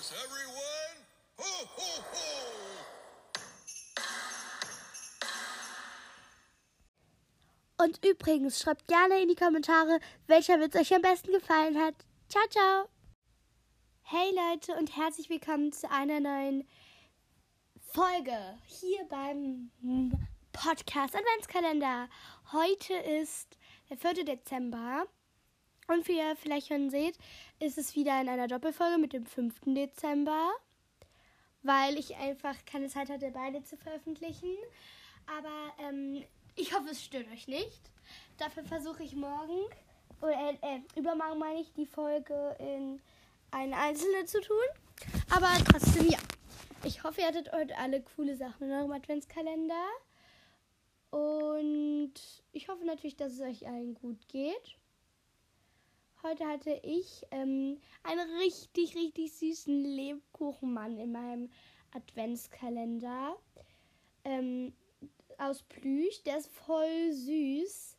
Christmas, everyone! Ho, ho, ho! Und übrigens, schreibt gerne in die Kommentare, welcher Witz euch am besten gefallen hat. Ciao, ciao! Hey Leute und herzlich willkommen zu einer neuen Folge hier beim Podcast Adventskalender. Heute ist der 4. Dezember und wie ihr vielleicht schon seht, ist es wieder in einer Doppelfolge mit dem 5. Dezember, weil ich einfach keine Zeit hatte, beide zu veröffentlichen. Aber ich hoffe, es stört euch nicht. Dafür versuche ich übermorgen meine ich, die Folge in eine einzelne zu tun. Aber trotzdem, ja. Ich hoffe, ihr hattet heute alle coole Sachen in eurem Adventskalender. Und ich hoffe natürlich, dass es euch allen gut geht. Heute hatte ich einen richtig, richtig süßen Lebkuchenmann in meinem Adventskalender. Aus Plüsch. Der ist voll süß.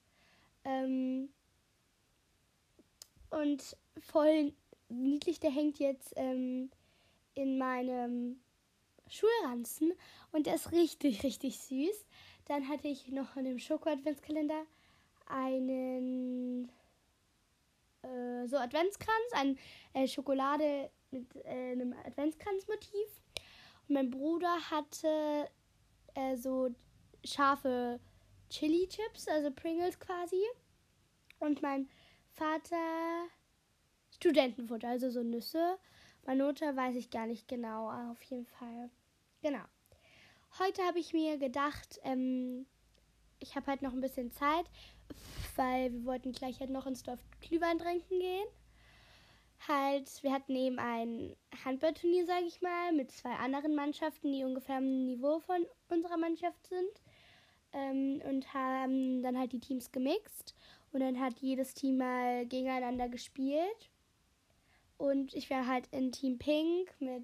Und voll niedlich. Der hängt jetzt in meinem Schulranzen. Und der ist richtig, richtig süß. Dann hatte ich noch in dem Schoko-Adventskalender einen Adventskranz, eine Schokolade mit einem Adventskranzmotiv. Und mein Bruder hatte so scharfe Chili-Chips, also Pringles quasi. Und mein Vater Studentenfutter, also so Nüsse. Meine Mutter weiß ich gar nicht genau, aber auf jeden Fall. Genau. Heute habe ich mir gedacht, ich habe halt noch ein bisschen Zeit, weil wir wollten gleich halt noch ins Dorf Glühwein trinken gehen. Wir hatten eben ein Handballturnier, sage ich mal, mit 2 anderen Mannschaften, die ungefähr am Niveau von unserer Mannschaft sind. Und haben dann halt die Teams gemixt. Und dann hat jedes Team mal gegeneinander gespielt. Und ich war halt in Team Pink mit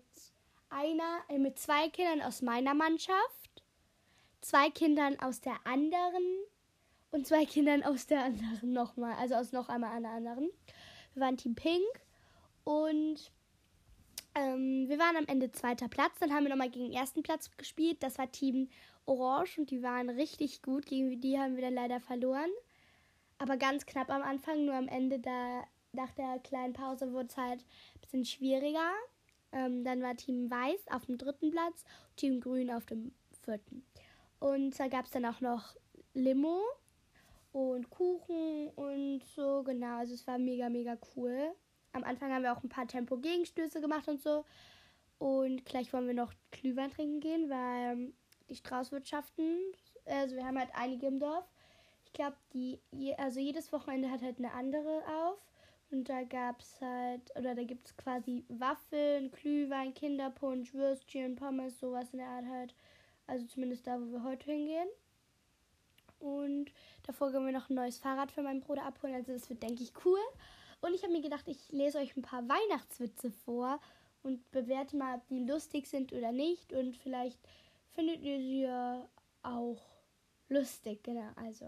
2 Kindern aus meiner Mannschaft, 2 Kindern aus der anderen und 2 Kindern aus der anderen nochmal, also aus noch einmal einer anderen. Wir waren Team Pink und wir waren am Ende 2. Platz. Dann haben wir nochmal gegen den 1. Platz gespielt. Das war Team Orange und die waren richtig gut. Gegen die haben wir dann leider verloren. Aber ganz knapp am Anfang, nur am Ende, da nach der kleinen Pause wurde es halt ein bisschen schwieriger. Dann war Team Weiß auf dem 3. Platz, Team Grün auf dem 4. Und da gab es dann auch noch Limo und Kuchen und so, genau. Also es war mega, mega cool. Am Anfang haben wir auch ein paar Tempo-Gegenstöße gemacht und so. Und gleich wollen wir noch Glühwein trinken gehen, weil die Straußwirtschaften, also wir haben halt einige im Dorf. Ich glaube, jedes Wochenende hat halt eine andere auf. Und da gibt es quasi Waffeln, Glühwein, Kinderpunsch, Würstchen, Pommes, sowas in der Art halt. Also zumindest da, wo wir heute hingehen. Und davor gehen wir noch ein neues Fahrrad für meinen Bruder abholen. Also das wird, denke ich, cool. Und ich habe mir gedacht, ich lese euch ein paar Weihnachtswitze vor und bewerte mal, ob die lustig sind oder nicht. Und vielleicht findet ihr sie ja auch lustig, genau.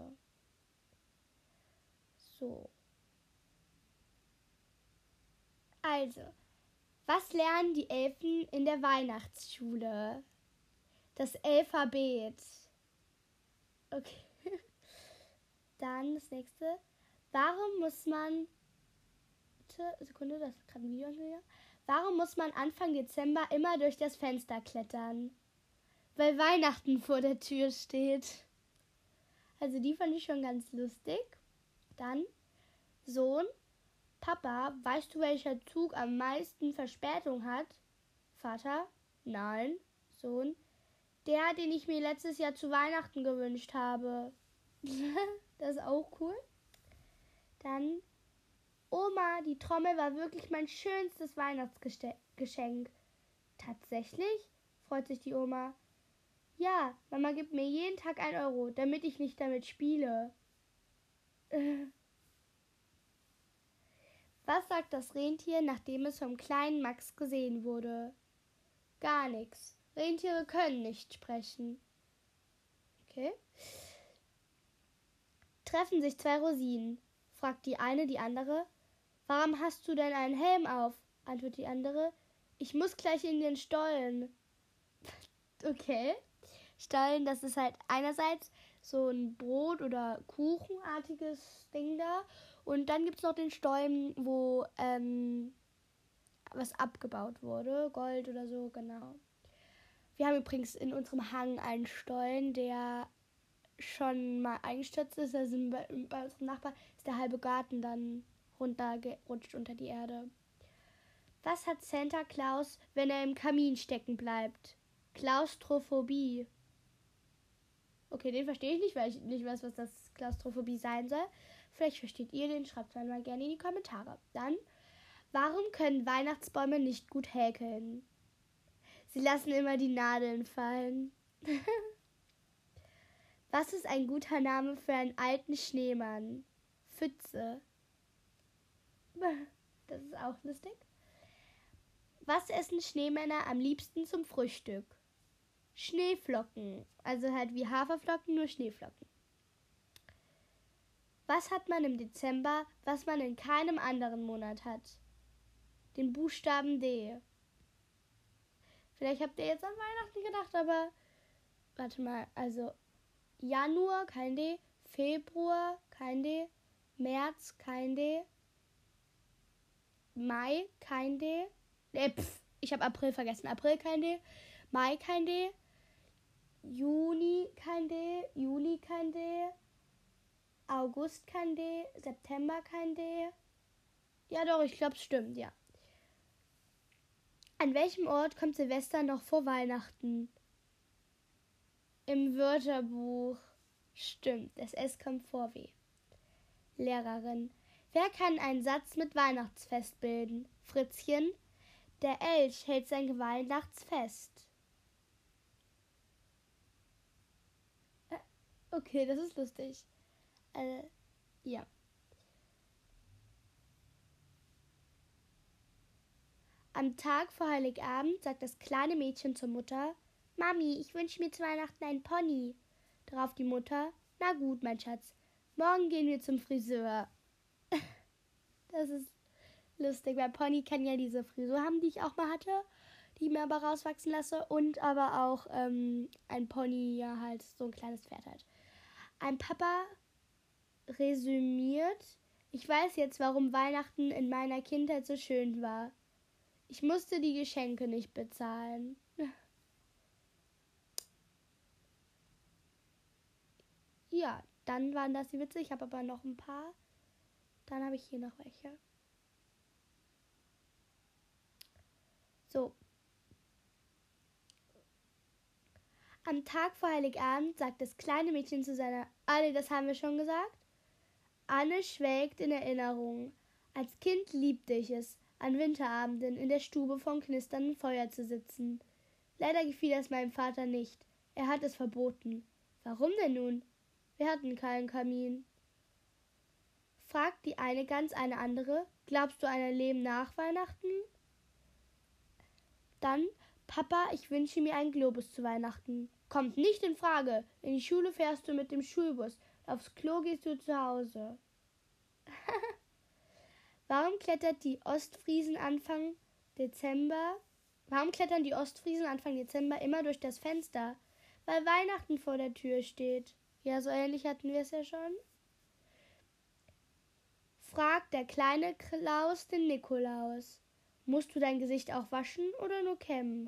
Also, was lernen die Elfen in der Weihnachtsschule? Das Alphabet. Okay. Dann das nächste. Warum muss man... Sekunde, das ist gerade ein Video wieder. Warum muss man Anfang Dezember immer durch das Fenster klettern? Weil Weihnachten vor der Tür steht. Also die fand ich schon ganz lustig. Dann Sohn. Papa, weißt du, welcher Zug am meisten Verspätung hat? Vater. Nein. Sohn. Der, den ich mir letztes Jahr zu Weihnachten gewünscht habe. Das ist auch cool. Dann Oma, die Trommel war wirklich mein schönstes Weihnachtsgeschenk. Tatsächlich? Freut sich die Oma. Ja, Mama gibt mir jeden Tag 1 Euro, damit ich nicht damit spiele. Was sagt das Rentier, nachdem es vom kleinen Max gesehen wurde? Gar nichts. Rentiere können nicht sprechen. Okay. Treffen sich 2 Rosinen. Fragt die eine die andere. Warum hast du denn einen Helm auf? Antwortet die andere. Ich muss gleich in den Stollen. Okay. Stollen, das ist halt einerseits so ein Brot- oder Kuchenartiges Ding da. Und dann gibt es noch den Stollen, wo was abgebaut wurde. Gold oder so, genau. Wir haben übrigens in unserem Hang einen Stollen, der schon mal eingestürzt ist. Also bei unserem Nachbarn ist der halbe Garten dann runtergerutscht unter die Erde. Was hat Santa Claus, wenn er im Kamin stecken bleibt? Klaustrophobie. Okay, den verstehe ich nicht, weil ich nicht weiß, was das Klaustrophobie sein soll. Vielleicht versteht ihr den, schreibt es mal gerne in die Kommentare. Dann, warum können Weihnachtsbäume nicht gut häkeln? Sie lassen immer die Nadeln fallen. Was ist ein guter Name für einen alten Schneemann? Pfütze. Das ist auch lustig. Was essen Schneemänner am liebsten zum Frühstück? Schneeflocken. Also halt wie Haferflocken, nur Schneeflocken. Was hat man im Dezember, was man in keinem anderen Monat hat? Den Buchstaben D. Vielleicht habt ihr jetzt an Weihnachten gedacht, aber warte mal, also Januar kein D, Februar kein D, März kein D, Mai kein D, ich habe April vergessen, April kein D, Mai kein D, Juni kein D, Juli kein D, August kein D, September kein D. Ja doch, ich glaube es stimmt, ja. An welchem Ort kommt Silvester noch vor Weihnachten? Im Wörterbuch. Stimmt, das S kommt vor W. Lehrerin. Wer kann einen Satz mit Weihnachtsfest bilden? Fritzchen. Der Elch hält sein Weihnachtsfest. Okay, das ist lustig. Ja. Am Tag vor Heiligabend sagt das kleine Mädchen zur Mutter: Mami, ich wünsche mir zu Weihnachten einen Pony. Darauf die Mutter: Na gut, mein Schatz, morgen gehen wir zum Friseur. Das ist lustig, weil Pony kann ja diese Frisur haben, die ich auch mal hatte, die ich mir aber rauswachsen lasse. Und aber auch ein Pony, ja halt so ein kleines Pferd halt. Ein Papa resümiert: Ich weiß jetzt, warum Weihnachten in meiner Kindheit so schön war. Ich musste die Geschenke nicht bezahlen. Ja, dann waren das die Witze. Ich habe aber noch ein paar. Dann habe ich hier noch welche. So. Am Tag vor Heiligabend sagt das kleine Mädchen zu seiner... das haben wir schon gesagt. Anne schwelgt in Erinnerung. Als Kind liebte ich es, an Winterabenden in der Stube vom knisternden Feuer zu sitzen. Leider gefiel es meinem Vater nicht. Er hat es verboten. Warum denn nun? Wir hatten keinen Kamin. Fragt die eine Gans eine andere: Glaubst du an ein Leben nach Weihnachten? Dann: Papa, ich wünsche mir einen Globus zu Weihnachten. Kommt nicht in Frage. In die Schule fährst du mit dem Schulbus. Aufs Klo gehst du zu Hause. Warum klettern die Ostfriesen Anfang Dezember immer durch das Fenster? Weil Weihnachten vor der Tür steht. Ja, so ähnlich hatten wir es ja schon. Fragt der kleine Klaus den Nikolaus: Musst du dein Gesicht auch waschen oder nur kämmen?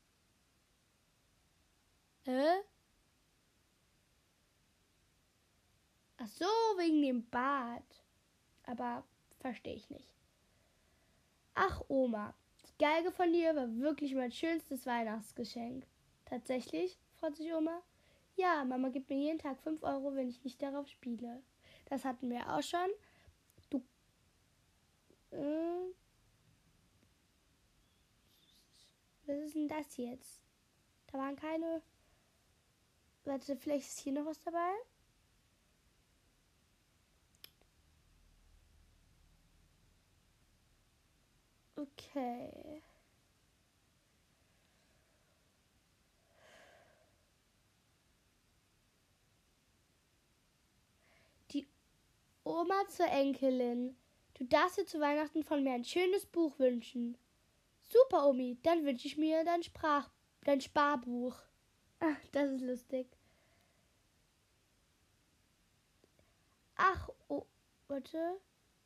Ach so, wegen dem Bart. Aber verstehe ich nicht. Ach Oma, die Geige von dir war wirklich mein schönstes Weihnachtsgeschenk. Tatsächlich? Freut sich Oma. Ja, Mama gibt mir jeden Tag 5 Euro, wenn ich nicht darauf spiele. Das hatten wir auch schon. Was ist denn das jetzt? Da waren keine... Warte, vielleicht ist hier noch was dabei? Okay. Die Oma zur Enkelin: Du darfst dir zu Weihnachten von mir ein schönes Buch wünschen. Super, Omi, dann wünsche ich mir dein Sparbuch. Ach, das ist lustig. Ach, oh, warte.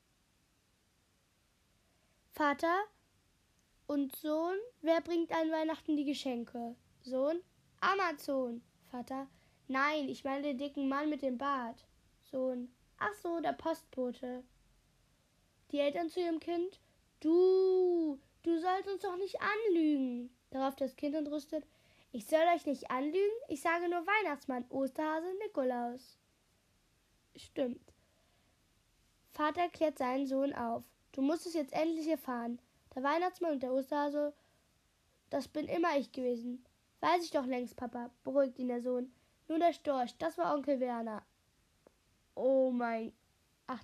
Vater und Sohn, wer bringt an Weihnachten die Geschenke? Sohn, Amazon. Vater, nein, ich meine den dicken Mann mit dem Bart. Sohn, ach so, der Postbote. Die Eltern zu ihrem Kind, du sollst uns doch nicht anlügen. Darauf das Kind entrüstet, ich soll euch nicht anlügen, ich sage nur Weihnachtsmann, Osterhase, Nikolaus. Stimmt. Vater klärt seinen Sohn auf. Du musst es jetzt endlich erfahren. Der Weihnachtsmann und der Osterhase, das bin immer ich gewesen. Weiß ich doch längst, Papa, beruhigt ihn der Sohn. Nur der Storch, das war Onkel Werner. Oh mein... Ach...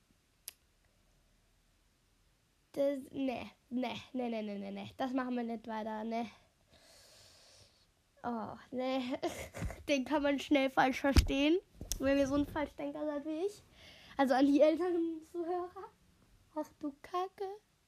Nee. Das machen wir nicht weiter, ne. Oh, ne. Den kann man schnell falsch verstehen, wenn ihr so ein Falschdenker seid wie ich. Also an die älteren Zuhörer. Ach du Kacke.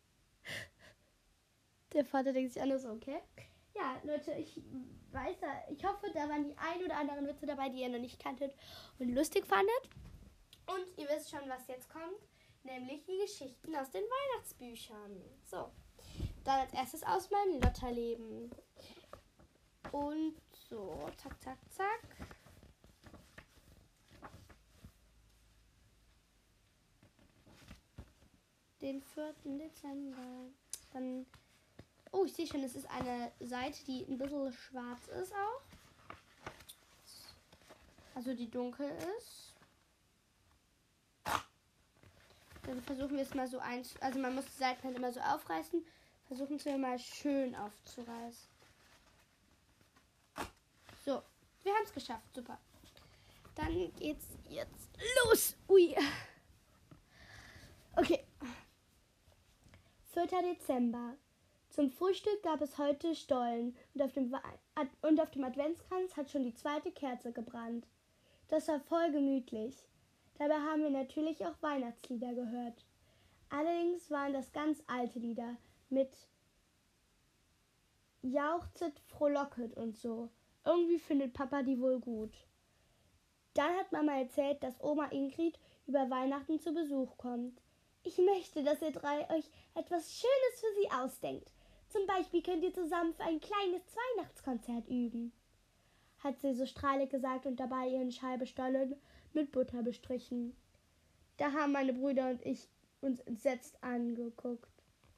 Der Vater denkt sich anders, okay. Ja, Leute, ich hoffe, da waren die ein oder anderen Witze dabei, die ihr noch nicht kanntet und lustig fandet. Und ihr wisst schon, was jetzt kommt, nämlich die Geschichten aus den Weihnachtsbüchern. So, dann als erstes aus meinem Lotterleben. Und so, zack, zack, zack. Den 4. Dezember. Dann, oh, ich sehe schon, es ist eine Seite, die ein bisschen schwarz ist auch. Also die dunkel ist. Dann versuchen wir es mal so also man muss die Seiten halt immer so aufreißen. Versuchen wir mal schön aufzureißen. So, wir haben es geschafft, super. Dann geht's jetzt los. Ui. Okay. 4. Dezember. Zum Frühstück gab es heute Stollen und auf dem Adventskranz hat schon die 2. Kerze gebrannt. Das war voll gemütlich. Dabei haben wir natürlich auch Weihnachtslieder gehört. Allerdings waren das ganz alte Lieder mit Jauchzet, frohlocket und so. Irgendwie findet Papa die wohl gut. Dann hat Mama erzählt, dass Oma Ingrid über Weihnachten zu Besuch kommt. Ich möchte, dass ihr 3 euch etwas Schönes für sie ausdenkt. Zum Beispiel könnt ihr zusammen für ein kleines Weihnachtskonzert üben, hat sie so strahlend gesagt und dabei ihren Scheibe Stollen mit Butter bestrichen. Da haben meine Brüder und ich uns entsetzt angeguckt.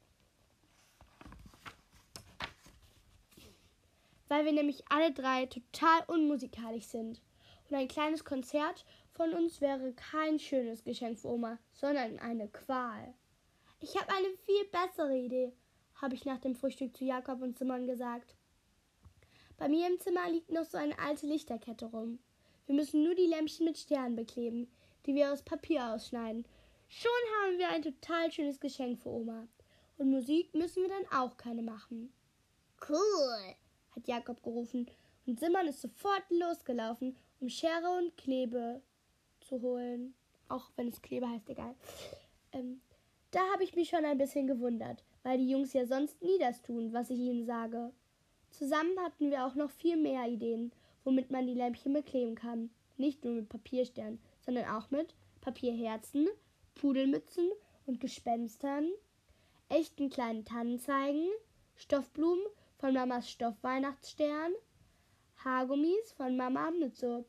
Weil wir nämlich alle 3 total unmusikalisch sind. Und ein kleines Konzert von uns wäre kein schönes Geschenk für Oma, sondern eine Qual. Ich habe eine viel bessere Idee, habe ich nach dem Frühstück zu Jakob und Simon gesagt. Bei mir im Zimmer liegt noch so eine alte Lichterkette rum. Wir müssen nur die Lämpchen mit Sternen bekleben, die wir aus Papier ausschneiden. Schon haben wir ein total schönes Geschenk für Oma. Und Musik müssen wir dann auch keine machen. Cool, hat Jakob gerufen und Simon ist sofort losgelaufen, um Schere und Klebe zu holen. Auch wenn es Klebe heißt, egal. Da habe ich mich schon ein bisschen gewundert, weil die Jungs ja sonst nie das tun, was ich ihnen sage. Zusammen hatten wir auch noch viel mehr Ideen, womit man die Lämpchen bekleben kann. Nicht nur mit Papiersternen, sondern auch mit Papierherzen, Pudelmützen und Gespenstern, echten kleinen Tannenzweigen, Stoffblumen von Mamas Stoffweihnachtsstern, Haargummis von Mama mit so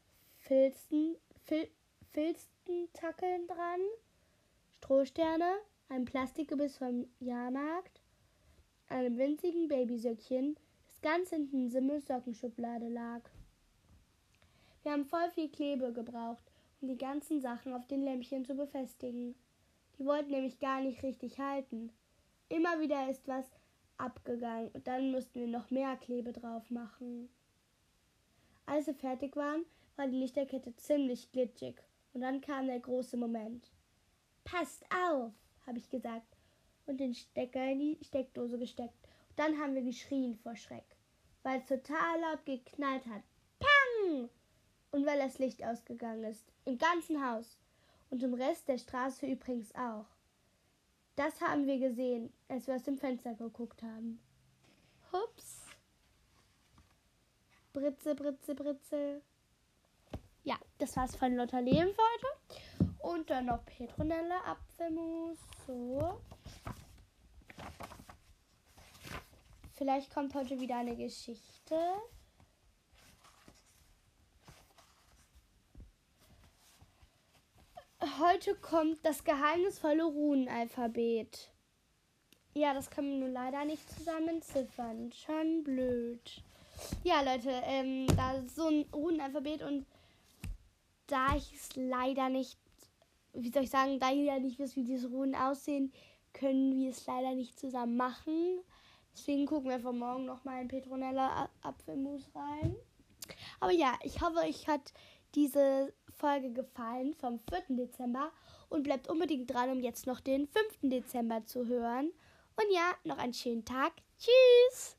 Filzentackeln dran, Strohsterne, ein Plastikgebiss vom Jahrmarkt, einem winzigen Babysöckchen, das ganz hinten in Simmels Sockenschublade lag. Wir haben voll viel Klebe gebraucht, um die ganzen Sachen auf den Lämpchen zu befestigen. Die wollten nämlich gar nicht richtig halten. Immer wieder ist was abgegangen und dann mussten wir noch mehr Klebe drauf machen. Als wir fertig waren, war die Lichterkette ziemlich glitschig und dann kam der große Moment. Passt auf, habe ich gesagt und den Stecker in die Steckdose gesteckt. Und dann haben wir geschrien vor Schreck, weil es total laut geknallt hat. Pang! Und weil das Licht ausgegangen ist, im ganzen Haus und im Rest der Straße übrigens auch. Das haben wir gesehen, als wir aus dem Fenster geguckt haben. Hups. Britze, Britze, Britze. Ja, das war's von Lotta Leben für heute. Und dann noch Petronella Apfelmus. So. Vielleicht kommt heute wieder eine Geschichte. Heute kommt das geheimnisvolle Runenalphabet. Ja, das können wir nur leider nicht zusammen entziffern. Schon blöd. Ja, Leute, da ist so ein Runenalphabet und da ich es leider nicht, wie soll ich sagen, da ich ja nicht weiß, wie diese Runen aussehen, können wir es leider nicht zusammen machen. Deswegen gucken wir einfach morgen nochmal in Petronella Apfelmus rein. Aber ja, ich hoffe, euch hat diese Folge gefallen vom 4. Dezember und bleibt unbedingt dran, um jetzt noch den 5. Dezember zu hören. Und ja, noch einen schönen Tag. Tschüss!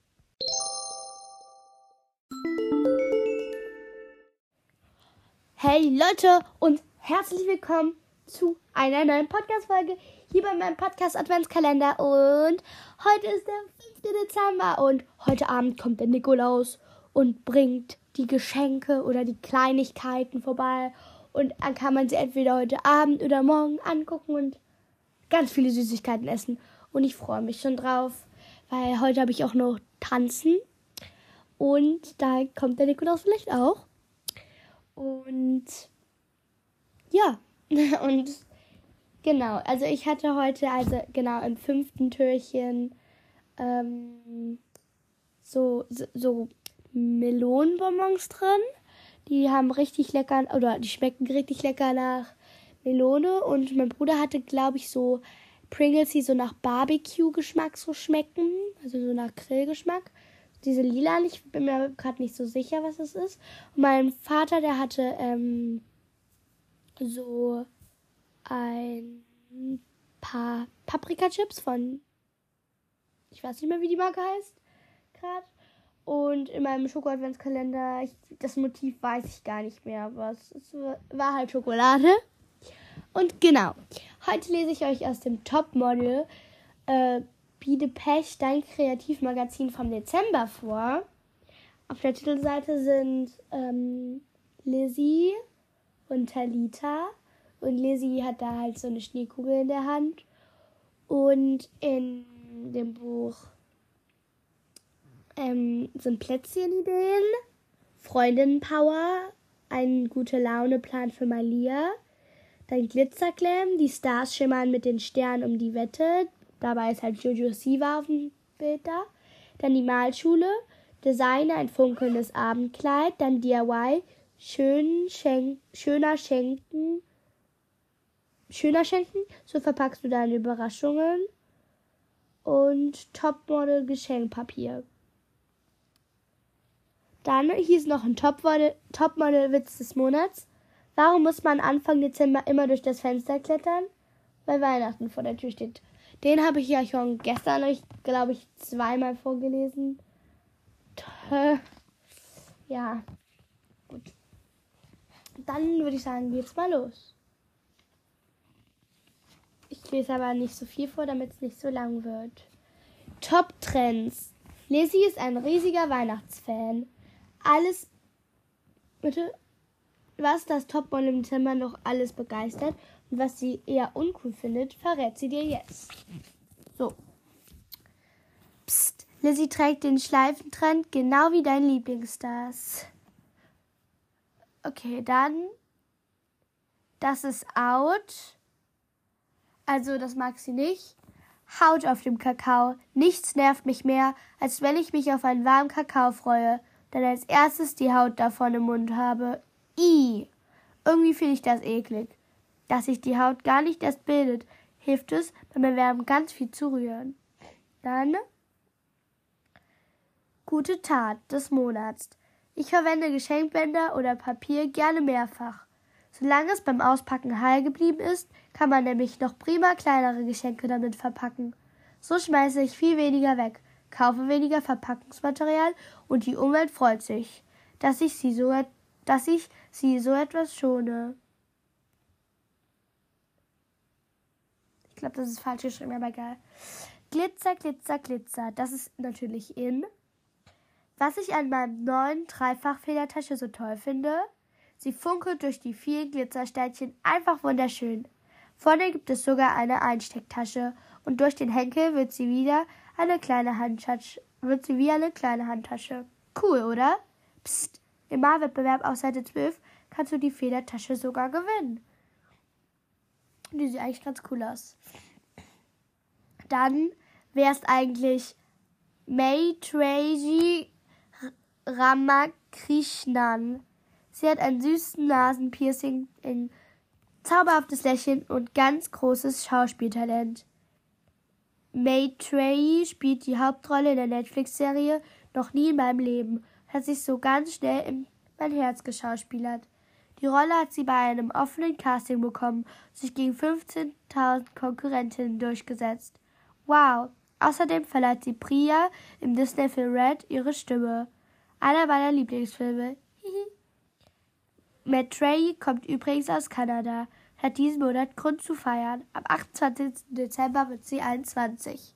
Hey Leute und herzlich willkommen zu einer neuen Podcast-Folge hier bei meinem Podcast-Adventskalender. Und heute ist der 5. Dezember und heute Abend kommt der Nikolaus und bringt die Geschenke oder die Kleinigkeiten vorbei. Und dann kann man sie entweder heute Abend oder morgen angucken und ganz viele Süßigkeiten essen. Und ich freue mich schon drauf, weil heute habe ich auch noch Tanzen. Und da kommt der Nikolaus vielleicht auch. Und ja, und genau, also ich hatte heute, genau im 5. Türchen so Melonenbonbons drin. Die haben richtig lecker, oder die schmecken richtig lecker nach Melone. Und mein Bruder hatte, glaube ich, so Pringles, die so nach Barbecue-Geschmack so schmecken. Also so nach Grillgeschmack. Diese lila, ich bin mir gerade nicht so sicher, was es ist. Und mein Vater, der hatte so ein paar Paprika-Chips von, ich weiß nicht mehr, wie die Marke heißt, gerade. Und in meinem Schoko-Adventskalender, das Motiv weiß ich gar nicht mehr, aber es war halt Schokolade. Und genau, heute lese ich euch aus dem Topmodel Biede Pech, dein Kreativmagazin vom Dezember vor. Auf der Titelseite sind Lizzie und Talita. Und Lizzie hat da halt so eine Schneekugel in der Hand. Und in dem Buch sind Plätzchenideen, Freundinnenpower, ein Gute-Laune-Plan für Malia, dann Glitzerglam, die Stars schimmern mit den Sternen um die Wette, dabei ist halt Jojo Siwa auf dem Bild da, dann die Malschule, Designer, ein funkelndes Abendkleid, dann DIY, schöner schenken, so verpackst du deine Überraschungen und Topmodel Geschenkpapier. Dann, hier ist noch ein Topmodel-Witz des Monats. Warum muss man Anfang Dezember immer durch das Fenster klettern? Weil Weihnachten vor der Tür steht. Den habe ich ja schon gestern euch, glaube ich, 2-mal vorgelesen. Ja, gut. Dann würde ich sagen, geht's mal los. Ich lese aber nicht so viel vor, damit es nicht so lang wird. Top-Trends. Lizzie ist ein riesiger Weihnachtsfan. Was das Topmodel im Dezember noch alles begeistert und was sie eher uncool findet, verrät sie dir jetzt. So. Psst, Lizzie trägt den Schleifentrend genau wie dein Lieblingsstars. Okay, dann. Das ist out. Also, das mag sie nicht. Haut auf dem Kakao. Nichts nervt mich mehr, als wenn ich mich auf einen warmen Kakao freue, dann als erstes die Haut davon im Mund habe. Irgendwie finde ich das eklig. Dass sich die Haut gar nicht erst bildet, hilft es beim Erwärmen ganz viel zu rühren. Dann gute Tat des Monats. Ich verwende Geschenkbänder oder Papier gerne mehrfach. Solange es beim Auspacken heil geblieben ist, kann man nämlich noch prima kleinere Geschenke damit verpacken. So schmeiße ich viel weniger weg, kaufe weniger Verpackungsmaterial und die Umwelt freut sich, dass ich sie so etwas schone. Ich glaube, das ist falsch geschrieben, aber egal. Glitzer, Glitzer, Glitzer. Das ist natürlich in. Was ich an meinem neuen Dreifachfedertasche so toll finde, sie funkelt durch die vielen Glitzersteinchen einfach wunderschön. Vorne gibt es sogar eine Einstecktasche und durch den Henkel wird sie wie eine kleine Handtasche. Cool, oder? Psst, im Malwettbewerb auf Seite 12 kannst du die Federtasche sogar gewinnen. Die sieht eigentlich ganz cool aus. Dann wäre es eigentlich Maitreyi Ramakrishnan. Sie hat ein süßes Nasenpiercing, ein zauberhaftes Lächeln und ganz großes Schauspieltalent. Maitreyi spielt die Hauptrolle in der Netflix-Serie Noch nie in meinem Leben. Hat sich so ganz schnell in mein Herz geschauspielert. Die Rolle hat sie bei einem offenen Casting bekommen und sich gegen 15.000 Konkurrentinnen durchgesetzt. Wow! Außerdem verleiht sie Priya im Disney-Film Red ihre Stimme. Einer meiner Lieblingsfilme. Maitreyi kommt übrigens aus Kanada. Hat diesen Monat Grund zu feiern. Am 28. Dezember wird sie 21.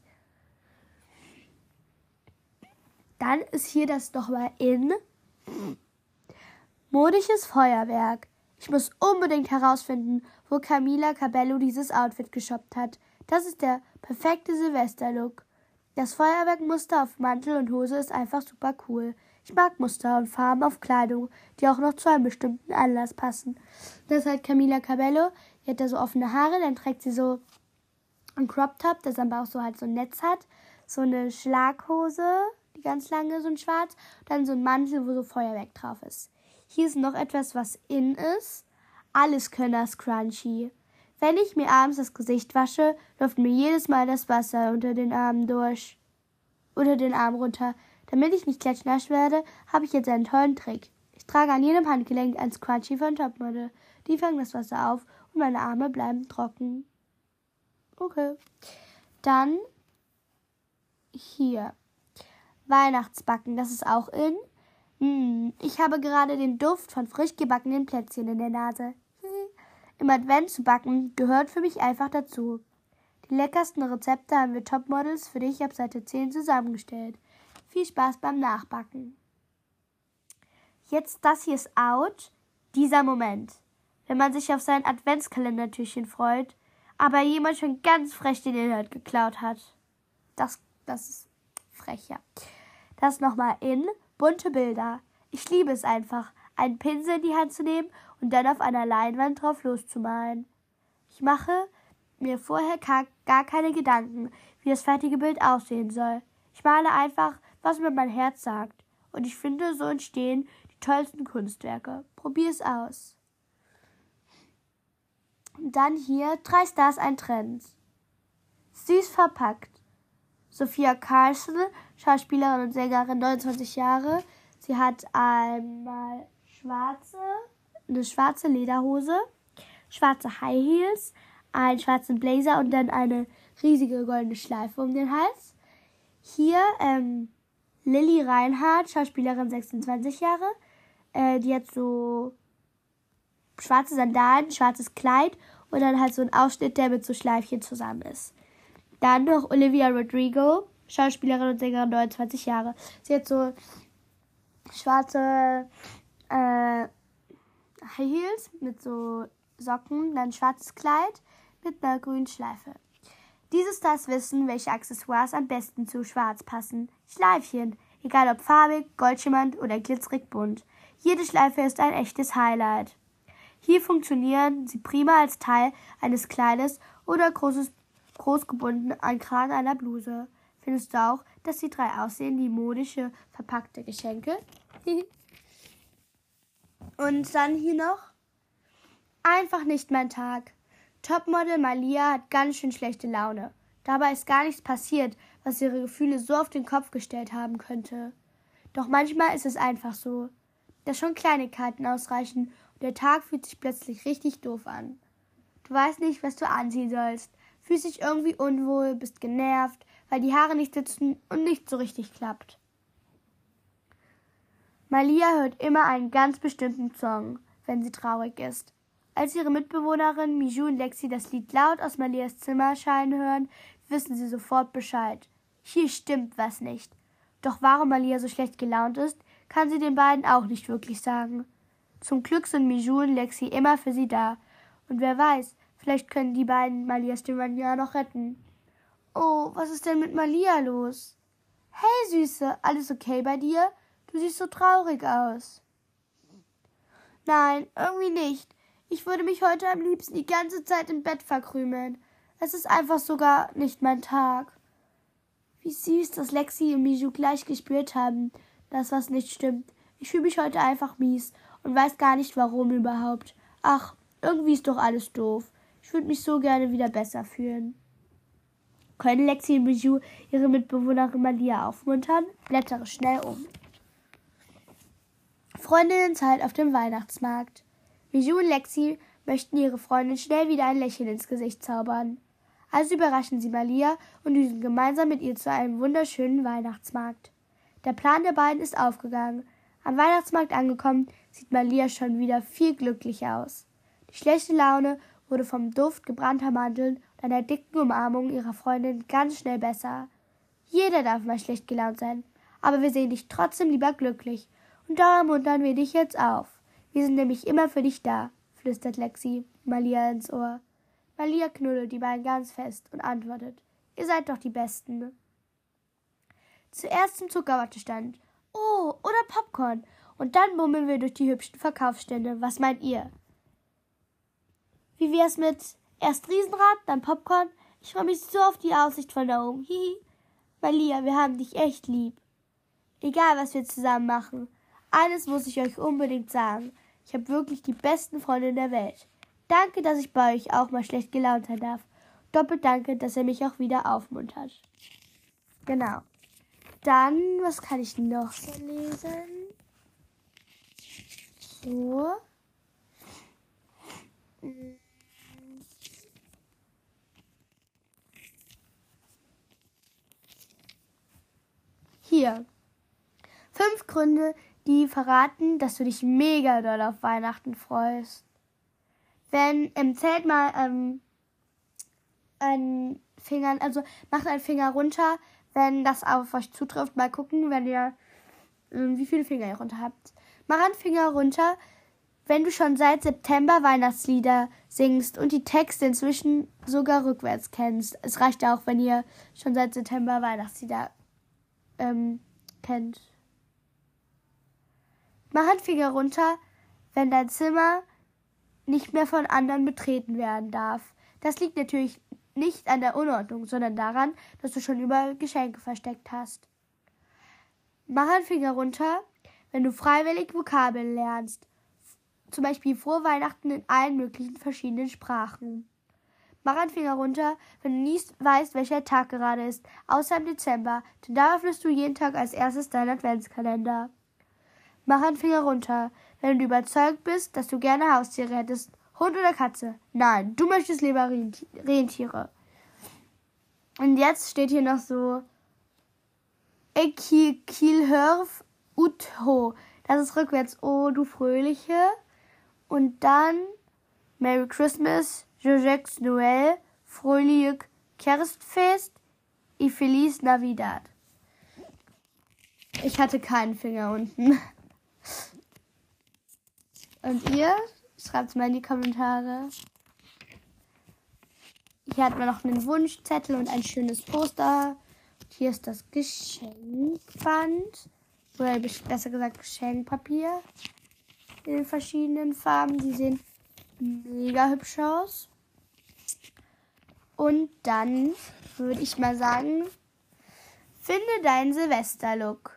Dann ist hier das nochmal in modisches Feuerwerk. Ich muss unbedingt herausfinden, wo Camila Cabello dieses Outfit geshoppt hat. Das ist der perfekte Silvesterlook. Das Feuerwerkmuster auf Mantel und Hose ist einfach super cool. Ich mag Muster und Farben auf Kleidung, die auch noch zu einem bestimmten Anlass passen. Das ist halt Camila Cabello. Die hat da so offene Haare, dann trägt sie so einen Crop Top, das am Bauch so halt so ein Netz hat. So eine Schlaghose, die ganz lange, so ein schwarz. Und dann so ein Mantel, wo so Feuerwerk drauf ist. Hier ist noch etwas, was in ist. Alleskönner Scrunchie. Wenn ich mir abends das Gesicht wasche, läuft mir jedes Mal das Wasser unter den Arm runter. Damit ich nicht klatschnass werde, habe ich jetzt einen tollen Trick. Ich trage an jedem Handgelenk ein Scrunchie von Topmodel. Die fangen das Wasser auf und meine Arme bleiben trocken. Okay. Dann hier. Weihnachtsbacken, das ist auch in. Ich habe gerade den Duft von frisch gebackenen Plätzchen in der Nase. Im Advent zu backen gehört für mich einfach dazu. Die leckersten Rezepte haben wir Topmodels für dich ab Seite 10 zusammengestellt. Viel Spaß beim Nachbacken. Jetzt das hier ist out. Dieser Moment. Wenn man sich auf sein Adventskalendertürchen freut, aber jemand schon ganz frech den Inhalt geklaut hat. Das ist frech, ja. Das nochmal in bunte Bilder. Ich liebe es einfach, einen Pinsel in die Hand zu nehmen und dann auf einer Leinwand drauf loszumalen. Ich mache mir vorher gar keine Gedanken, wie das fertige Bild aussehen soll. Ich male einfach, was mir mein Herz sagt. Und ich finde, so entstehen die tollsten Kunstwerke. Probier es aus. Und dann hier 3 Stars, ein Trend. Süß verpackt. Sophia Carson, Schauspielerin und Sängerin, 29 Jahre. Sie hat einmal eine schwarze Lederhose, schwarze High Heels, einen schwarzen Blazer und dann eine riesige goldene Schleife um den Hals. Hier Lilly Reinhardt, Schauspielerin, 26 Jahre. Die hat so schwarze Sandalen, schwarzes Kleid und dann halt so ein Ausschnitt, der mit so Schleifchen zusammen ist. Dann noch Olivia Rodrigo, Schauspielerin und Sängerin, 29 Jahre. Sie hat so schwarze High Heels mit so Socken, dann schwarzes Kleid mit einer grünen Schleife. Diese Stars wissen, welche Accessoires am besten zu Schwarz passen. Schleifchen, egal ob farbig, goldschimmernd oder glitzerig bunt. Jede Schleife ist ein echtes Highlight. Hier funktionieren sie prima als Teil eines Kleides oder groß gebunden an Kragen einer Bluse. Findest du auch, dass die 3 aussehen wie modische, verpackte Geschenke? Und dann hier noch. Einfach nicht mein Tag. Topmodel Malia hat ganz schön schlechte Laune. Dabei ist gar nichts passiert, was ihre Gefühle so auf den Kopf gestellt haben könnte. Doch manchmal ist es einfach so, dass schon Kleinigkeiten ausreichen und der Tag fühlt sich plötzlich richtig doof an. Du weißt nicht, was du anziehen sollst, fühlst dich irgendwie unwohl, bist genervt, weil die Haare nicht sitzen und nicht so richtig klappt. Malia hört immer einen ganz bestimmten Song, wenn sie traurig ist. Als ihre Mitbewohnerinnen Mijou und Lexi das Lied laut aus Malias Zimmer schallen hören, wissen sie sofort Bescheid. Hier stimmt was nicht. Doch warum Malia so schlecht gelaunt ist, kann sie den beiden auch nicht wirklich sagen. Zum Glück sind Mijou und Lexi immer für sie da. Und wer weiß, vielleicht können die beiden Malias Stimmung ja noch retten. Oh, was ist denn mit Malia los? Hey, Süße, alles okay bei dir? Du siehst so traurig aus. Nein, irgendwie nicht. Ich würde mich heute am liebsten die ganze Zeit im Bett verkrümeln. Es ist einfach sogar nicht mein Tag. Wie süß, dass Lexi und Mijou gleich gespürt haben, dass was nicht stimmt. Ich fühle mich heute einfach mies und weiß gar nicht, warum überhaupt. Ach, irgendwie ist doch alles doof. Ich würde mich so gerne wieder besser fühlen. Können Lexi und Mijou ihre Mitbewohnerin Malia aufmuntern? Blättere schnell um. Freundinnenzeit auf dem Weihnachtsmarkt. Mijou und Lexi möchten ihre Freundin schnell wieder ein Lächeln ins Gesicht zaubern. Also überraschen sie Malia und düsen gemeinsam mit ihr zu einem wunderschönen Weihnachtsmarkt. Der Plan der beiden ist aufgegangen. Am Weihnachtsmarkt angekommen, sieht Malia schon wieder viel glücklicher aus. Die schlechte Laune wurde vom Duft gebrannter Mandeln und einer dicken Umarmung ihrer Freundin ganz schnell besser. Jeder darf mal schlecht gelaunt sein, aber wir sehen dich trotzdem lieber glücklich. Und darum muntern wir dich jetzt auf. Wir sind nämlich immer für dich da, flüstert Lexi Malia ins Ohr. Malia knuddelt die beiden ganz fest und antwortet, ihr seid doch die Besten. Zuerst zum Zuckerwattestand. Oh, oder Popcorn. Und dann bummeln wir durch die hübschen Verkaufsstände. Was meint ihr? Wie wär's mit erst Riesenrad, dann Popcorn? Ich freue mich so auf die Aussicht von da oben. Hihi. Malia, wir haben dich echt lieb. Egal, was wir zusammen machen. Eines muss ich euch unbedingt sagen. Ich habe wirklich die besten Freunde der Welt. Danke, dass ich bei euch auch mal schlecht gelaunt sein darf. Doppelt danke, dass ihr mich auch wieder aufmuntert. Genau. Dann, was kann ich noch so lesen? So. Hier. 5 Gründe, die verraten, dass du dich mega doll auf Weihnachten freust. Zählt mal einen Finger, also macht einen Finger runter, wenn das auf euch zutrifft. Mal gucken, wenn ihr, wie viele Finger ihr runter habt. Mach einen Finger runter, wenn du schon seit September Weihnachtslieder singst und die Texte inzwischen sogar rückwärts kennst. Es reicht ja auch, wenn ihr schon seit September Weihnachtslieder kennt. Mach einen Finger runter, wenn dein Zimmer nicht mehr von anderen betreten werden darf. Das liegt natürlich nicht an der Unordnung, sondern daran, dass du schon überall Geschenke versteckt hast. Mach einen Finger runter, wenn du freiwillig Vokabeln lernst. Zum Beispiel Frohe Weihnachten in allen möglichen verschiedenen Sprachen. Mach einen Finger runter, wenn du nie weißt, welcher Tag gerade ist, außer im Dezember, denn da öffnest du jeden Tag als erstes deinen Adventskalender. Mach einen Finger runter, wenn du überzeugt bist, dass du gerne Haustiere hättest. Hund oder Katze? Nein, du möchtest lieber Rentiere. Und jetzt steht hier noch so Kilhörf Utho. Das ist rückwärts. Oh, du Fröhliche. Und dann Merry Christmas, Jojex Noel, Fröhlich Kerstfest, y Feliz Navidad. Ich hatte keinen Finger unten. Und ihr? Schreibt's mal in die Kommentare. Hier hat man noch einen Wunschzettel und ein schönes Poster. Und hier ist das Geschenkband. Oder besser gesagt Geschenkpapier. In den verschiedenen Farben. Die sehen mega hübsch aus. Und dann würde ich mal sagen, finde deinen Silvesterlook.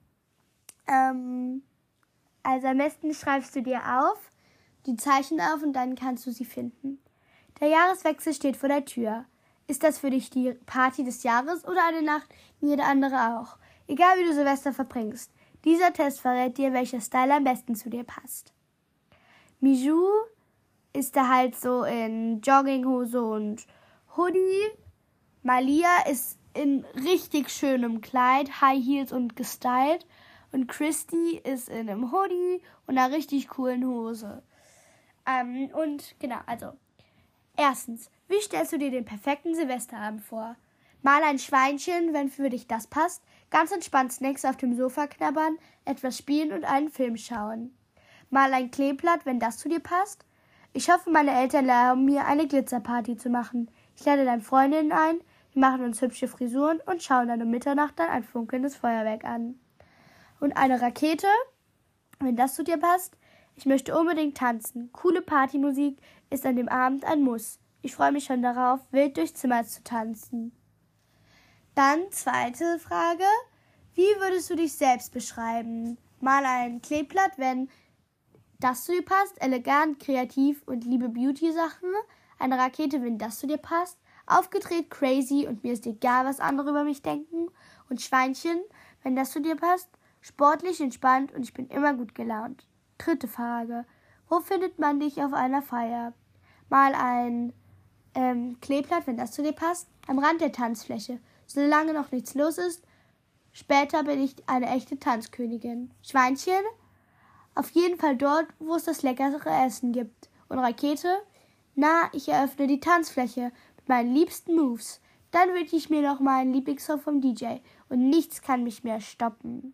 Also am besten schreibst du dir auf, die Zeichen auf und dann kannst du sie finden. Der Jahreswechsel steht vor der Tür. Ist das für dich die Party des Jahres oder eine Nacht wie jede andere auch? Egal wie du Silvester verbringst. Dieser Test verrät dir, welcher Style am besten zu dir passt. Mijou ist da halt so in Jogginghose und Hoodie. Malia ist in richtig schönem Kleid, High Heels und gestylt. Und Christy ist in einem Hoodie und einer richtig coolen Hose. Und genau, also erstens, wie stellst du dir den perfekten Silvesterabend vor? Mal ein Schweinchen, wenn für dich das passt, ganz entspannt Snacks auf dem Sofa knabbern, etwas spielen und einen Film schauen. Mal ein Kleeblatt, wenn das zu dir passt. Ich hoffe, meine Eltern erlauben mir, eine Glitzerparty zu machen. Ich lade dann Freundinnen ein, wir machen uns hübsche Frisuren und schauen dann um Mitternacht dann ein funkelndes Feuerwerk an. Und eine Rakete, wenn das zu dir passt. Ich möchte unbedingt tanzen. Coole Partymusik ist an dem Abend ein Muss. Ich freue mich schon darauf, wild durchs Zimmer zu tanzen. Dann zweite Frage. Wie würdest du dich selbst beschreiben? Mal ein Kleeblatt, wenn das zu dir passt. Elegant, kreativ und liebe Beauty-Sachen. Eine Rakete, wenn das zu dir passt. Aufgedreht, crazy und mir ist egal, was andere über mich denken. Und Schweinchen, wenn das zu dir passt. Sportlich, entspannt und ich bin immer gut gelaunt. Dritte Frage. Wo findet man dich auf einer Feier? Mal ein Kleeblatt, wenn das zu dir passt. Am Rand der Tanzfläche. Solange noch nichts los ist. Später bin ich eine echte Tanzkönigin. Schweinchen? Auf jeden Fall dort, wo es das leckere Essen gibt. Und Rakete? Na, ich eröffne die Tanzfläche mit meinen liebsten Moves. Dann wünsche ich mir noch meinen Lieblingssong vom DJ. Und nichts kann mich mehr stoppen.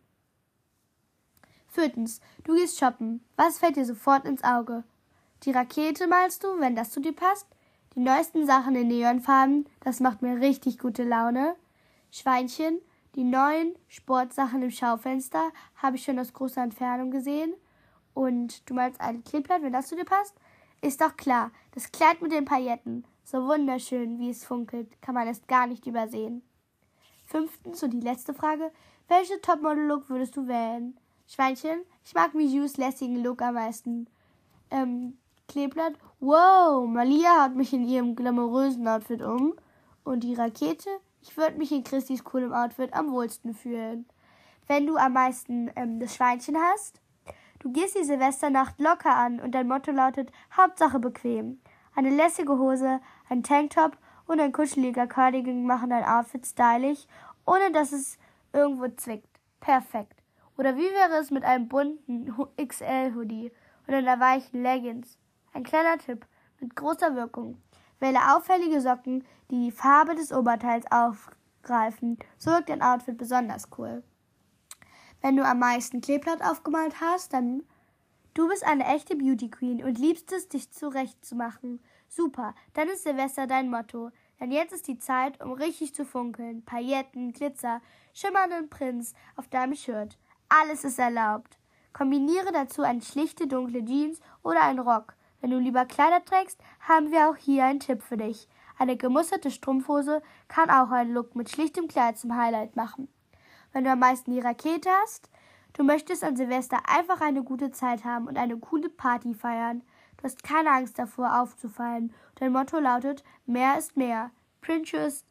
Viertens, du gehst shoppen. Was fällt dir sofort ins Auge? Die Rakete malst du, wenn das zu dir passt? Die neuesten Sachen in Neonfarben, das macht mir richtig gute Laune. Schweinchen, die neuen Sportsachen im Schaufenster habe ich schon aus großer Entfernung gesehen. Und du malst ein Kleeblatt, wenn das zu dir passt? Ist doch klar, das Kleid mit den Pailletten, so wunderschön, wie es funkelt, kann man es gar nicht übersehen. Fünftens und die letzte Frage, welche Topmodel-Look würdest du wählen? Schweinchen, ich mag Mijus lässigen Look am meisten. Kleeblatt, wow, Malia haut mich in ihrem glamourösen Outfit um. Und die Rakete, ich würde mich in Christis coolem Outfit am wohlsten fühlen. Wenn du am meisten das Schweinchen hast, du gehst die Silvesternacht locker an und dein Motto lautet Hauptsache bequem. Eine lässige Hose, ein Tanktop und ein kuscheliger Cardigan machen dein Outfit stylisch, ohne dass es irgendwo zwickt. Perfekt. Oder wie wäre es mit einem bunten XL-Hoodie und einer weichen Leggings? Ein kleiner Tipp mit großer Wirkung. Wähle auffällige Socken, die die Farbe des Oberteils aufgreifen. So wirkt dein Outfit besonders cool. Wenn du am meisten Kleeblatt aufgemalt hast, dann du bist eine echte Beauty Queen und liebst es, dich zurechtzumachen. Super, dann ist Silvester dein Motto. Denn jetzt ist die Zeit, um richtig zu funkeln. Pailletten, Glitzer, schimmernden Prinz auf deinem Shirt. Alles ist erlaubt. Kombiniere dazu eine schlichte dunkle Jeans oder einen Rock. Wenn du lieber Kleider trägst, haben wir auch hier einen Tipp für dich. Eine gemusterte Strumpfhose kann auch einen Look mit schlichtem Kleid zum Highlight machen. Wenn du am meisten die Rakete hast, du möchtest an Silvester einfach eine gute Zeit haben und eine coole Party feiern. Du hast keine Angst davor, aufzufallen. Dein Motto lautet, mehr ist mehr. Printshirts,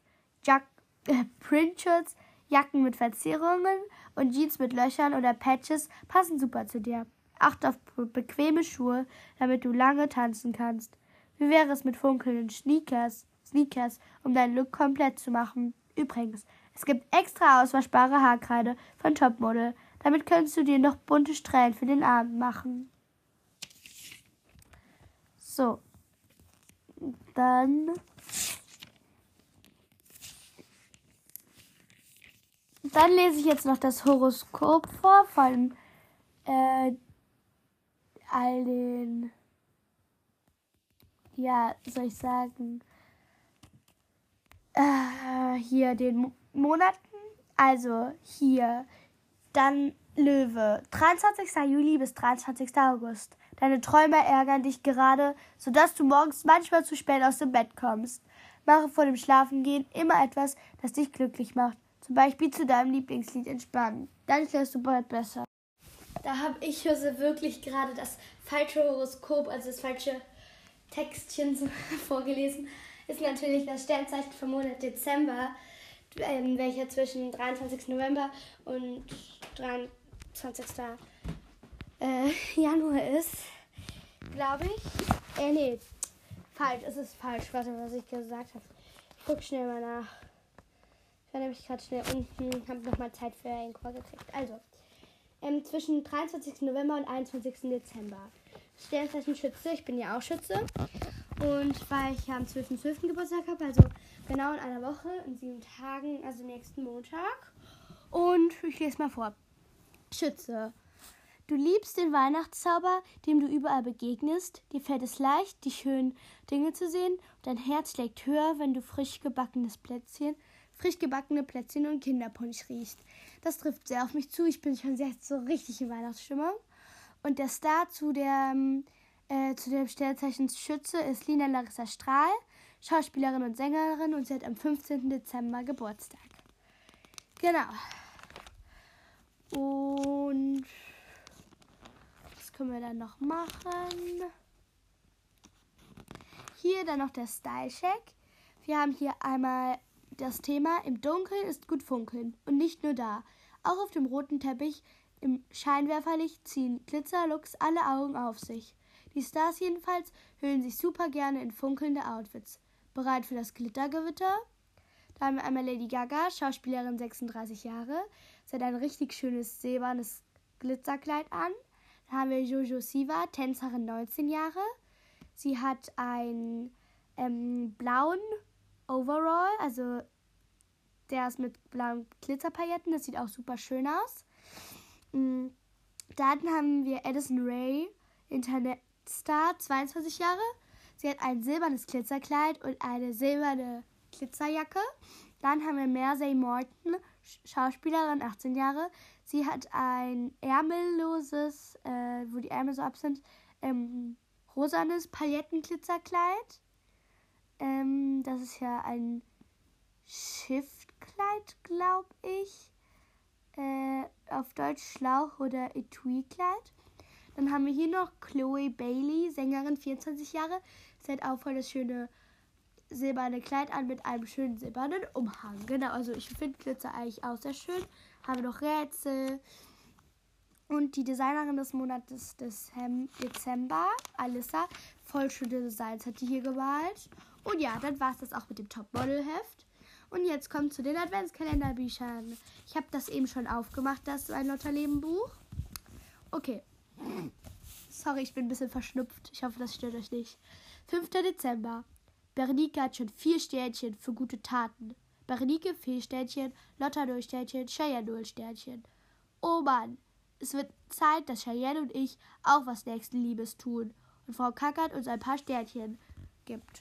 Jacken mit Verzierungen und Jeans mit Löchern oder Patches passen super zu dir. Achte auf bequeme Schuhe, damit du lange tanzen kannst. Wie wäre es mit funkelnden Sneakers, um deinen Look komplett zu machen? Übrigens, es gibt extra auswaschbare Haarkreide von Topmodel. Damit könntest du dir noch bunte Strähnen für den Abend machen. So, dann lese ich jetzt noch das Horoskop vor von all den, soll ich sagen, hier den Monaten. Also hier, dann Löwe, 23. Juli bis 23. August. Deine Träume ärgern dich gerade, sodass du morgens manchmal zu spät aus dem Bett kommst. Mache vor dem Schlafengehen immer etwas, das dich glücklich macht. Zum Beispiel zu deinem Lieblingslied entspannen. Dann schläfst du bald besser. Da habe ich also wirklich gerade das falsche Horoskop, also das falsche Textchen vorgelesen. Ist natürlich das Sternzeichen vom Monat Dezember, welcher zwischen 23. November und 23. Januar ist, glaube ich. Nee, falsch, es ist falsch. Warte, was ich gesagt habe. Ich gucke schnell mal nach. Ich war nämlich gerade schnell unten, habe nochmal Zeit für einen Chor gekriegt. Also, zwischen 23. November und 21. Dezember. Sternzeichen Schütze. Ich bin ja auch Schütze. Und weil ich ja am 12.12. Geburtstag habe, also genau in einer Woche, in 7 Tagen, also nächsten Montag. Und ich lese mal vor. Schütze. Du liebst den Weihnachtszauber, dem du überall begegnest. Dir fällt es leicht, die schönen Dinge zu sehen. Dein Herz schlägt höher, wenn du frisch gebackene Plätzchen und Kinderpunsch riechst. Das trifft sehr auf mich zu. Ich bin schon jetzt so richtig in Weihnachtsstimmung. Und der Star zu dem Sternzeichen Schütze ist Lina Larissa Strahl, Schauspielerin und Sängerin, und sie hat am 15. Dezember Geburtstag. Genau. Und was können wir dann noch machen? Hier dann noch der Style-Check. Wir haben hier einmal das Thema: Im Dunkeln ist gut funkeln. Und nicht nur da. Auch auf dem roten Teppich im Scheinwerferlicht ziehen Glitzerlooks alle Augen auf sich. Die Stars jedenfalls hüllen sich super gerne in funkelnde Outfits. Bereit für das Glittergewitter? Da haben wir einmal Lady Gaga, Schauspielerin, 36 Jahre. Sie hat ein richtig schönes silbernes Glitzerkleid an. Da haben wir Jojo Siva, Tänzerin, 19 Jahre. Sie hat einen blauen Overall, also der ist mit blauen Glitzerpailletten. Das sieht auch super schön aus. Dann haben wir Addison Rae, Internetstar, 22 Jahre. Sie hat ein silbernes Glitzerkleid und eine silberne Glitzerjacke. Dann haben wir Mersey Morton, Schauspielerin, 18 Jahre. Sie hat ein ärmelloses, wo die Ärmel so ab sind, rosanes Paillettenglitzerkleid. Das ist ja ein Schiffkleid, glaube ich. Auf Deutsch Schlauch- oder Etui-Kleid. Dann haben wir hier noch Chloe Bailey, Sängerin, 24 Jahre. Sie hat auch voll das schöne silberne Kleid an mit einem schönen silbernen Umhang. Genau, also ich finde Glitzer eigentlich auch sehr schön. Haben wir noch Rätsel. Und die Designerin des Monats Dezember, Alissa, voll schöne Designs hat die hier gemalt. Und ja, dann war es das auch mit dem Topmodel-Heft. Und jetzt kommt zu den Adventskalenderbüchern. Ich habe das eben schon aufgemacht, das ein Lotterleben-Buch. Okay. Sorry, ich bin ein bisschen verschnupft. Ich hoffe, das stört euch nicht. 5. Dezember. Berenike hat schon 4 Sternchen für gute Taten. Berenike 4 Sternchen, Lotta 0 Sternchen, Cheyenne 0 Sternchen. Oh Mann, es wird Zeit, dass Cheyenne und ich auch was Nächstenliebes tun und Frau Kackert uns ein paar Sternchen gibt.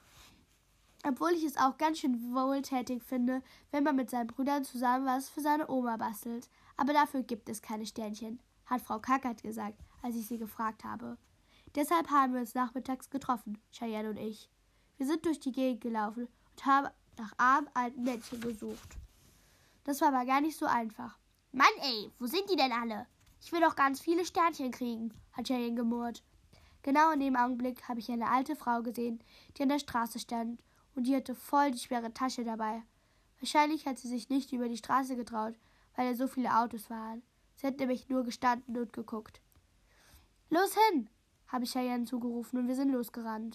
Obwohl ich es auch ganz schön wohltätig finde, wenn man mit seinen Brüdern zusammen was für seine Oma bastelt. Aber dafür gibt es keine Sternchen, hat Frau Kackert gesagt, als ich sie gefragt habe. Deshalb haben wir uns nachmittags getroffen, Cheyenne und ich. Wir sind durch die Gegend gelaufen und haben nach armen alten Männchen gesucht. Das war aber gar nicht so einfach. Mann ey, wo sind die denn alle? Ich will doch ganz viele Sternchen kriegen, hat Cheyenne gemurrt. Genau in dem Augenblick habe ich eine alte Frau gesehen, die an der Straße stand, und die hatte voll die schwere Tasche dabei. Wahrscheinlich hat sie sich nicht über die Straße getraut, weil da so viele Autos waren. Sie hat nämlich nur gestanden und geguckt. Los hin, habe ich Cheyenne zugerufen, und wir sind losgerannt.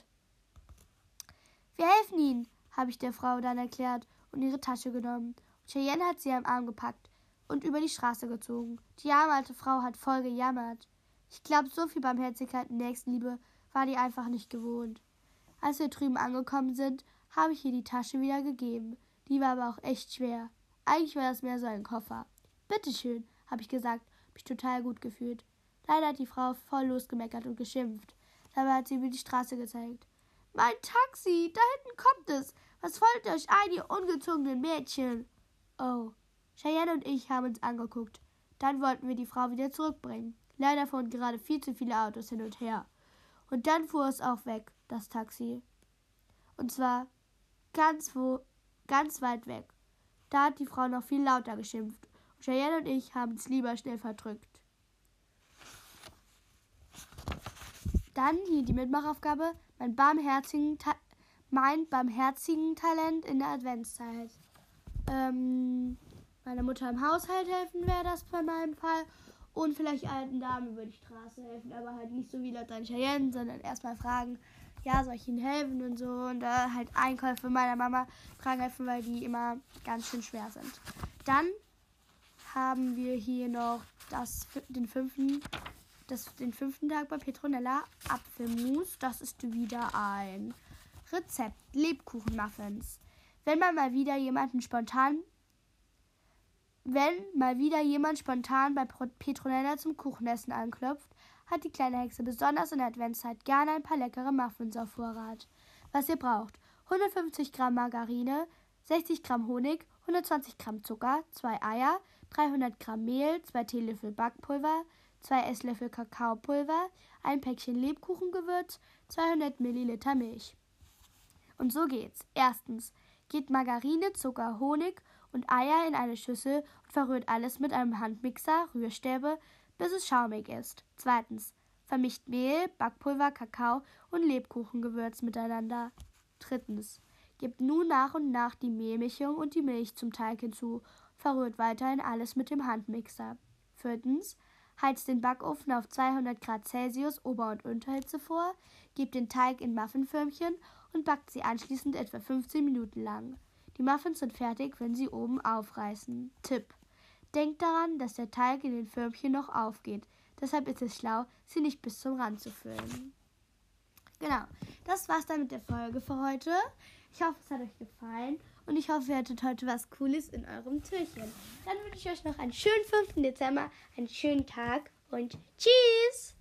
Wir helfen Ihnen, habe ich der Frau dann erklärt und ihre Tasche genommen. Und Cheyenne hat sie am Arm gepackt und über die Straße gezogen. Die arme alte Frau hat voll gejammert. Ich glaube, so viel Barmherzigkeit und Nächstenliebe war die einfach nicht gewohnt. Als wir drüben angekommen sind, habe ich ihr die Tasche wieder gegeben. Die war aber auch echt schwer. Eigentlich war das mehr so ein Koffer. Bitteschön, habe ich gesagt, mich total gut gefühlt. Leider hat die Frau voll losgemeckert und geschimpft. Dabei hat sie mir die Straße gezeigt. Mein Taxi, da hinten kommt es. Was wollt ihr euch ein, ihr ungezogenen Mädchen? Oh, Cheyenne und ich haben uns angeguckt. Dann wollten wir die Frau wieder zurückbringen. Leider fuhren gerade viel zu viele Autos hin und her. Und dann fuhr es auch weg, das Taxi. Und zwar ganz weit weg. Da hat die Frau noch viel lauter geschimpft. Und Cheyenne und ich haben es lieber schnell verdrückt. Dann hier die Mitmachaufgabe, mein barmherzigen Talent in der Adventszeit. Meiner Mutter im Haushalt helfen wäre das bei meinem Fall. Und vielleicht alten Damen über die Straße helfen, aber halt nicht so wie Leute an Cheyenne, sondern erstmal fragen, ja, soll ich ihnen helfen und so. Und halt Einkäufe meiner Mama tragen helfen, weil die immer ganz schön schwer sind. Dann haben wir hier noch den 5. den 5. Tag bei Petronella Apfelmus. Das ist wieder ein Rezept. Lebkuchenmuffins. Wenn mal wieder jemand spontan bei Petronella zum Kuchenessen anklopft, hat die kleine Hexe besonders in der Adventszeit gerne ein paar leckere Muffins auf Vorrat. Was ihr braucht: 150 Gramm Margarine, 60 Gramm Honig, 120 Gramm Zucker, 2 Eier, 300 Gramm Mehl, 2 Teelöffel Backpulver, 2 Esslöffel Kakaopulver, ein Päckchen Lebkuchengewürz, 200 Milliliter Milch. Und so geht's. Erstens: Gebt Margarine, Zucker, Honig und Eier in eine Schüssel und verrührt alles mit einem Handmixer, Rührstäbe, bis es schaumig ist. Zweitens: Vermischt Mehl, Backpulver, Kakao und Lebkuchengewürz miteinander. Drittens: Gebt nun nach und nach die Mehlmischung und die Milch zum Teig hinzu. Verrührt weiterhin alles mit dem Handmixer. Viertens: Heizt den Backofen auf 200 Grad Celsius Ober- und Unterhitze vor, gebt den Teig in Muffinförmchen und backt sie anschließend etwa 15 Minuten lang. Die Muffins sind fertig, wenn sie oben aufreißen. Tipp: Denkt daran, dass der Teig in den Förmchen noch aufgeht. Deshalb ist es schlau, sie nicht bis zum Rand zu füllen. Genau, das war's dann mit der Folge für heute. Ich hoffe, es hat euch gefallen und ich hoffe, ihr hattet heute was Cooles in eurem Türchen. Dann wünsche ich euch noch einen schönen 5. Dezember, einen schönen Tag und tschüss!